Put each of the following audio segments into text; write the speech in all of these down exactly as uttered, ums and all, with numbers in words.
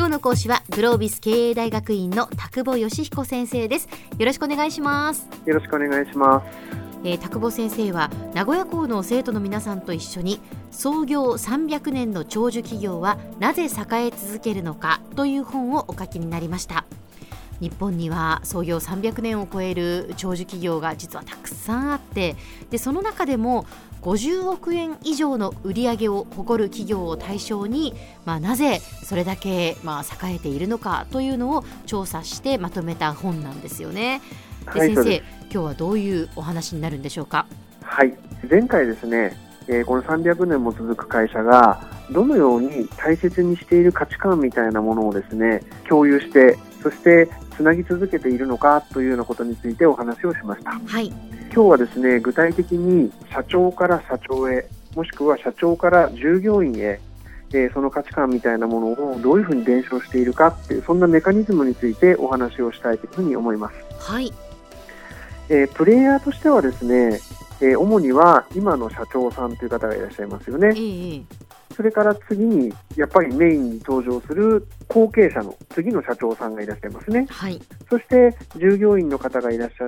今日の講師はグロービス経営大学院の田久保義彦先生です。よろしくお願いします。 よろしくお願いします。 えー、田久保先生は名古屋校の生徒の皆さんと一緒に創業さんびゃくねんの長寿企業はなぜ栄え続けるのかという本をお書きになりました。日本には創業さんびゃくねんを超える長寿企業が実はたくさんあって、でその中でもごじゅうおくえん以上の売り上げを誇る企業を対象に、まあ、なぜそれだけ、まあ、栄えているのかというのを調査してまとめた本なんですよね。で、はい、先生、今日はどういうお話になるんでしょうか。 はい、前回ですね、えー、このさんびゃくねんも続く会社がどのように大切にしている価値観みたいなものをですね共有して、そしてつなぎ続けているのかというようなことについてお話をしました。 はい、 今日はですね、具体的に社長から社長へ、もしくは社長から従業員へ、えー、その価値観みたいなものをどういうふうに伝承しているかっていう、そんなメカニズムについてお話をしたいというふうに思います。 はい、 えー、プレイヤーとしてはですね、えー、主には今の社長さんという方がいらっしゃいますよね。 えー、 それから次にやっぱりメインに登場する後継者の次の社長さんがいらっしゃいますね。 はい、 そして従業員の方がいらっしゃって、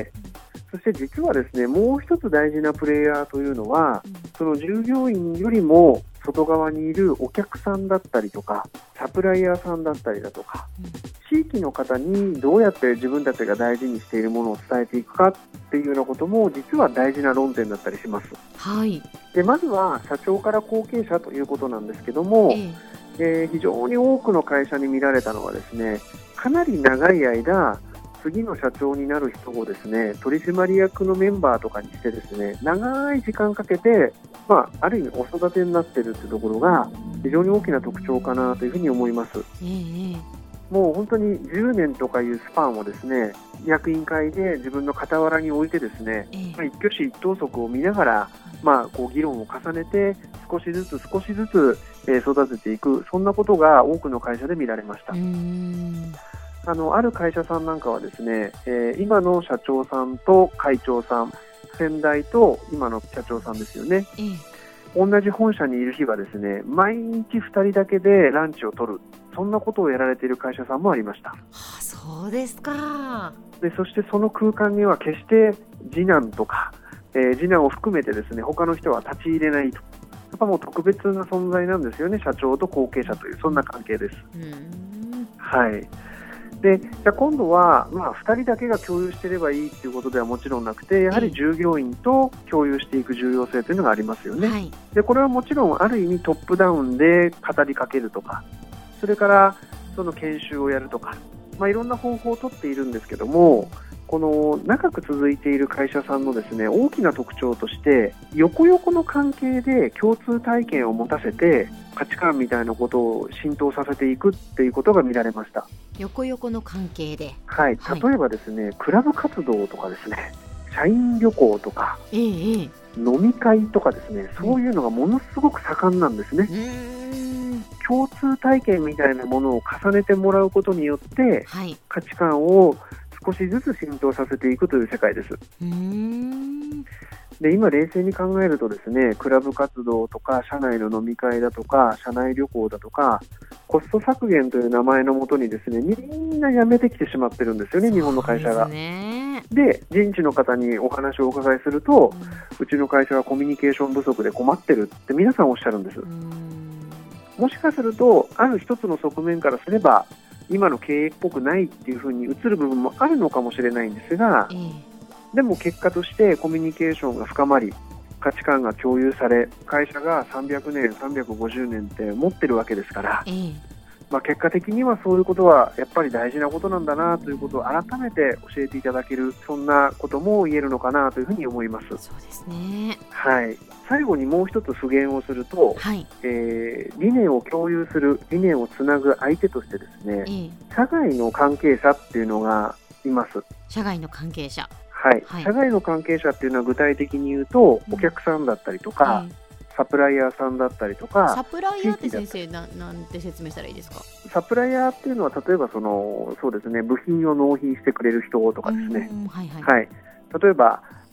そして実はですね、もう一つ大事なプレイヤーというのは、うん、その従業員よりも外側にいるお客さんだったりとかサプライヤーさんだったりだとか、うん、地域の方にどうやって自分たちが大事にしているものを伝えていくかっていうようなことも実は大事な論点だったりします。 はい、 でまずは社長から後継者ということなんですけども、えーえー、非常に多くの会社に見られたのはですね、かなり長い間次の社長になる人をですね取締役のメンバーとかにしてですね長い時間かけて、まあ、ある意味お育てになっているというところが非常に大きな特徴かなというふうに思います。 えー、 もう本当にじゅうねんとかいうスパンをですね役員会で自分の傍らに置いてですね、えーまあ、一挙手一投足を見ながら、まあ、こう議論を重ねて少しずつ少しずつ、えー、育てていく、そんなことが多くの会社で見られました。 うーんあのある会社さんなんかはですね、えー、今の社長さんと会長さん、先代と今の社長さんですよね、えー、同じ本社にいる日はですね毎日ふたりだけでランチを取る、そんなことをやられている会社さんもありました。はあ、そうですか。 でそしてその空間には決して次男とか、えー、次男を含めてですね他の人は立ち入れないと、やっぱもう特別な存在なんですよね、社長と後継者というそんな関係です。 うーん、 はい。でじゃあ今度は、まあ、ふたりだけが共有していればいいということではもちろんなくて、やはり従業員と共有していく重要性というのがありますよね。はい、でこれはもちろんある意味トップダウンで語りかけるとか、それからその研修をやるとか、まあ、いろんな方法をとっているんですけども、この長く続いている会社さんのですね大きな特徴として、横横の関係で共通体験を持たせて価値観みたいなことを浸透させていくっていうことが見られました。 横横の関係で、 はい、例えばですね、はい、クラブ活動とかですね、社員旅行とか、 えー、 飲み会とかですね、そういうのがものすごく盛んなんですね。 うーん、 共通体験みたいなものを重ねてもらうことによって、はい、価値観を少しずつ浸透させていくという世界です。 うーんで今冷静に考えるとですね、クラブ活動とか社内の飲み会だとか社内旅行だとかコスト削減という名前のもとにですねみんなやめてきてしまってるんですよね、日本の会社が。で人事の方にお話をお伺いすると、うん、うちの会社はコミュニケーション不足で困ってるって皆さんおっしゃるんです。うん、もしかするとある一つの側面からすれば今の経営っぽくないっていうふうに映る部分もあるのかもしれないんですが、ええ、でも結果としてコミュニケーションが深まり価値観が共有され、会社がさんびゃくねんさんびゃくごじゅうねんって持ってるわけですから、ええ、まあ、結果的にはそういうことはやっぱり大事なことなんだなということを改めて教えていただける、そんなことも言えるのかなというふうに思います。 そうですね。 はい、最後にもう一つ付言をすると、はい、えー、理念を共有する、理念をつなぐ相手としてですね、ええ、社外の関係者っていうのがいます。 社外の関係者、 はいはい、社外の関係者っていうのは具体的に言うと、うん、お客さんだったりとか、ええ、サプライヤーさんだったりとか。 サプライヤーって先生 な, なんて説明したらいいですか。 サプライヤーっていうのは例えばそのそうですね、部品を納品してくれる人とかですね、はいはいはい、例えば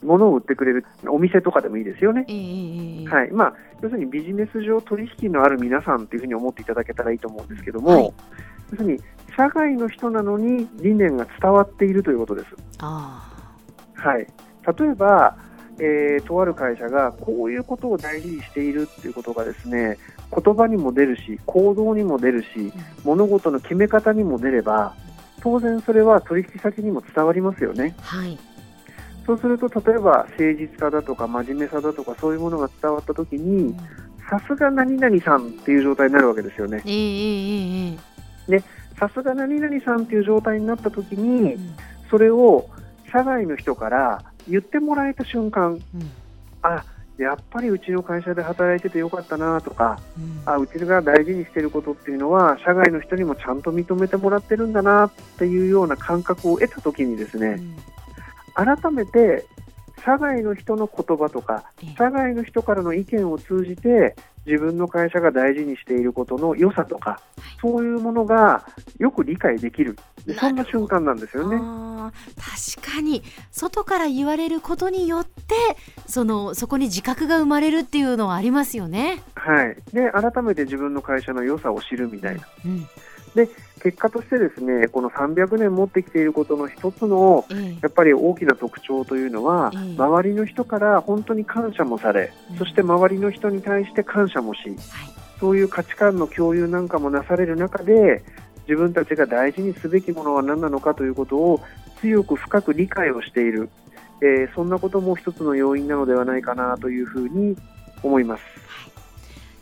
物を売ってくれるお店とかでもいいですよね。 えーはい。まあ、要するにビジネス上取引のある皆さんというふうに思っていただけたらいいと思うんですけども、 はい、 要するに社外の人なのに理念が伝わっているということです。 あはい。例えば、えー、とある会社がこういうことを大事にしているっていうことがですね、言葉にも出るし、行動にも出るし、うん、物事の決め方にも出れば、当然それは取引先にも伝わりますよね。 はい。 そうすると、例えば誠実さだとか真面目さだとかそういうものが伝わったときに、さすが何々さんっていう状態になるわけですよね。 えー、 で、さすが何々さんっていう状態になったときに、うん、それを社外の人から言ってもらえた瞬間、うん、あ、やっぱりうちの会社で働いててよかったなとか、うん、あ、うちが大事にしていることっていうのは社外の人にもちゃんと認めてもらってるんだなっていうような感覚を得たときにですね、うん、改めて社外の人の言葉とか、社外の人からの意見を通じて自分の会社が大事にしていることの良さとか、そういうものがよく理解できる、そんな瞬間なんですよね。 あ、確かに外から言われることによってそのそこに自覚が生まれるっていうのはありますよね。 はい。で、改めて自分の会社の良さを知るみたいな、 うん、 で結果としてですね、このさんびゃくねん持ってきていることの一つの、えー、やっぱり大きな特徴というのは、えー、周りの人から本当に感謝もされ、うん、そして周りの人に対して感謝もし、はい、そういう価値観の共有なんかもなされる中で、自分たちが大事にすべきものは何なのかということを強く深く理解をしている、えー、そんなことも一つの要因なのではないかなというふうに思います。 はい、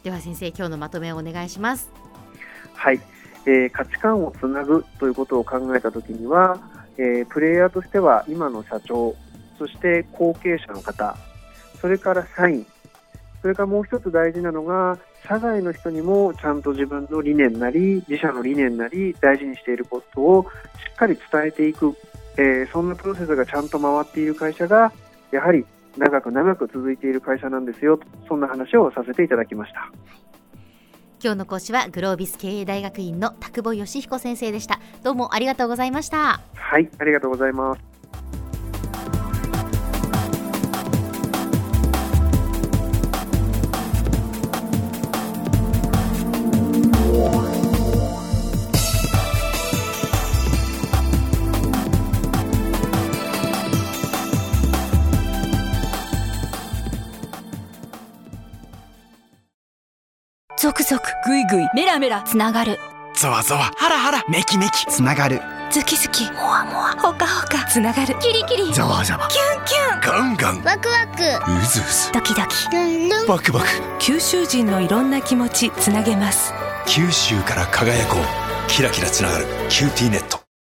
では先生、今日のまとめをお願いします。 はい、えー、価値観をつなぐということを考えたときには、えー、プレイヤーとしては今の社長、そして後継者の方、それから社員、それからもう一つ大事なのが、社外の人にもちゃんと自分の理念なり自社の理念なり大事にしていることをしっかり伝えていく、えー、そんなプロセスがちゃんと回っている会社がやはり長く長く続いている会社なんですよ、そんな話をさせていただきました。 今日の講師はグロービス経営大学院の田久保義彦先生でした。どうもありがとうございました。 はい、ありがとうございます。 ゾクゾクグイグイメラメラつながる、 ゾワゾワハラハラメキメキつながる、 ズキズキモワモワホカホカつながる、キリキリザワザワキュンキュンガンガンワクワクウズウズドキドキルンルンバクバク、 九州人のいろんな気持ちつなげます。 九州から輝こう、キラキラつながるキューティーネット。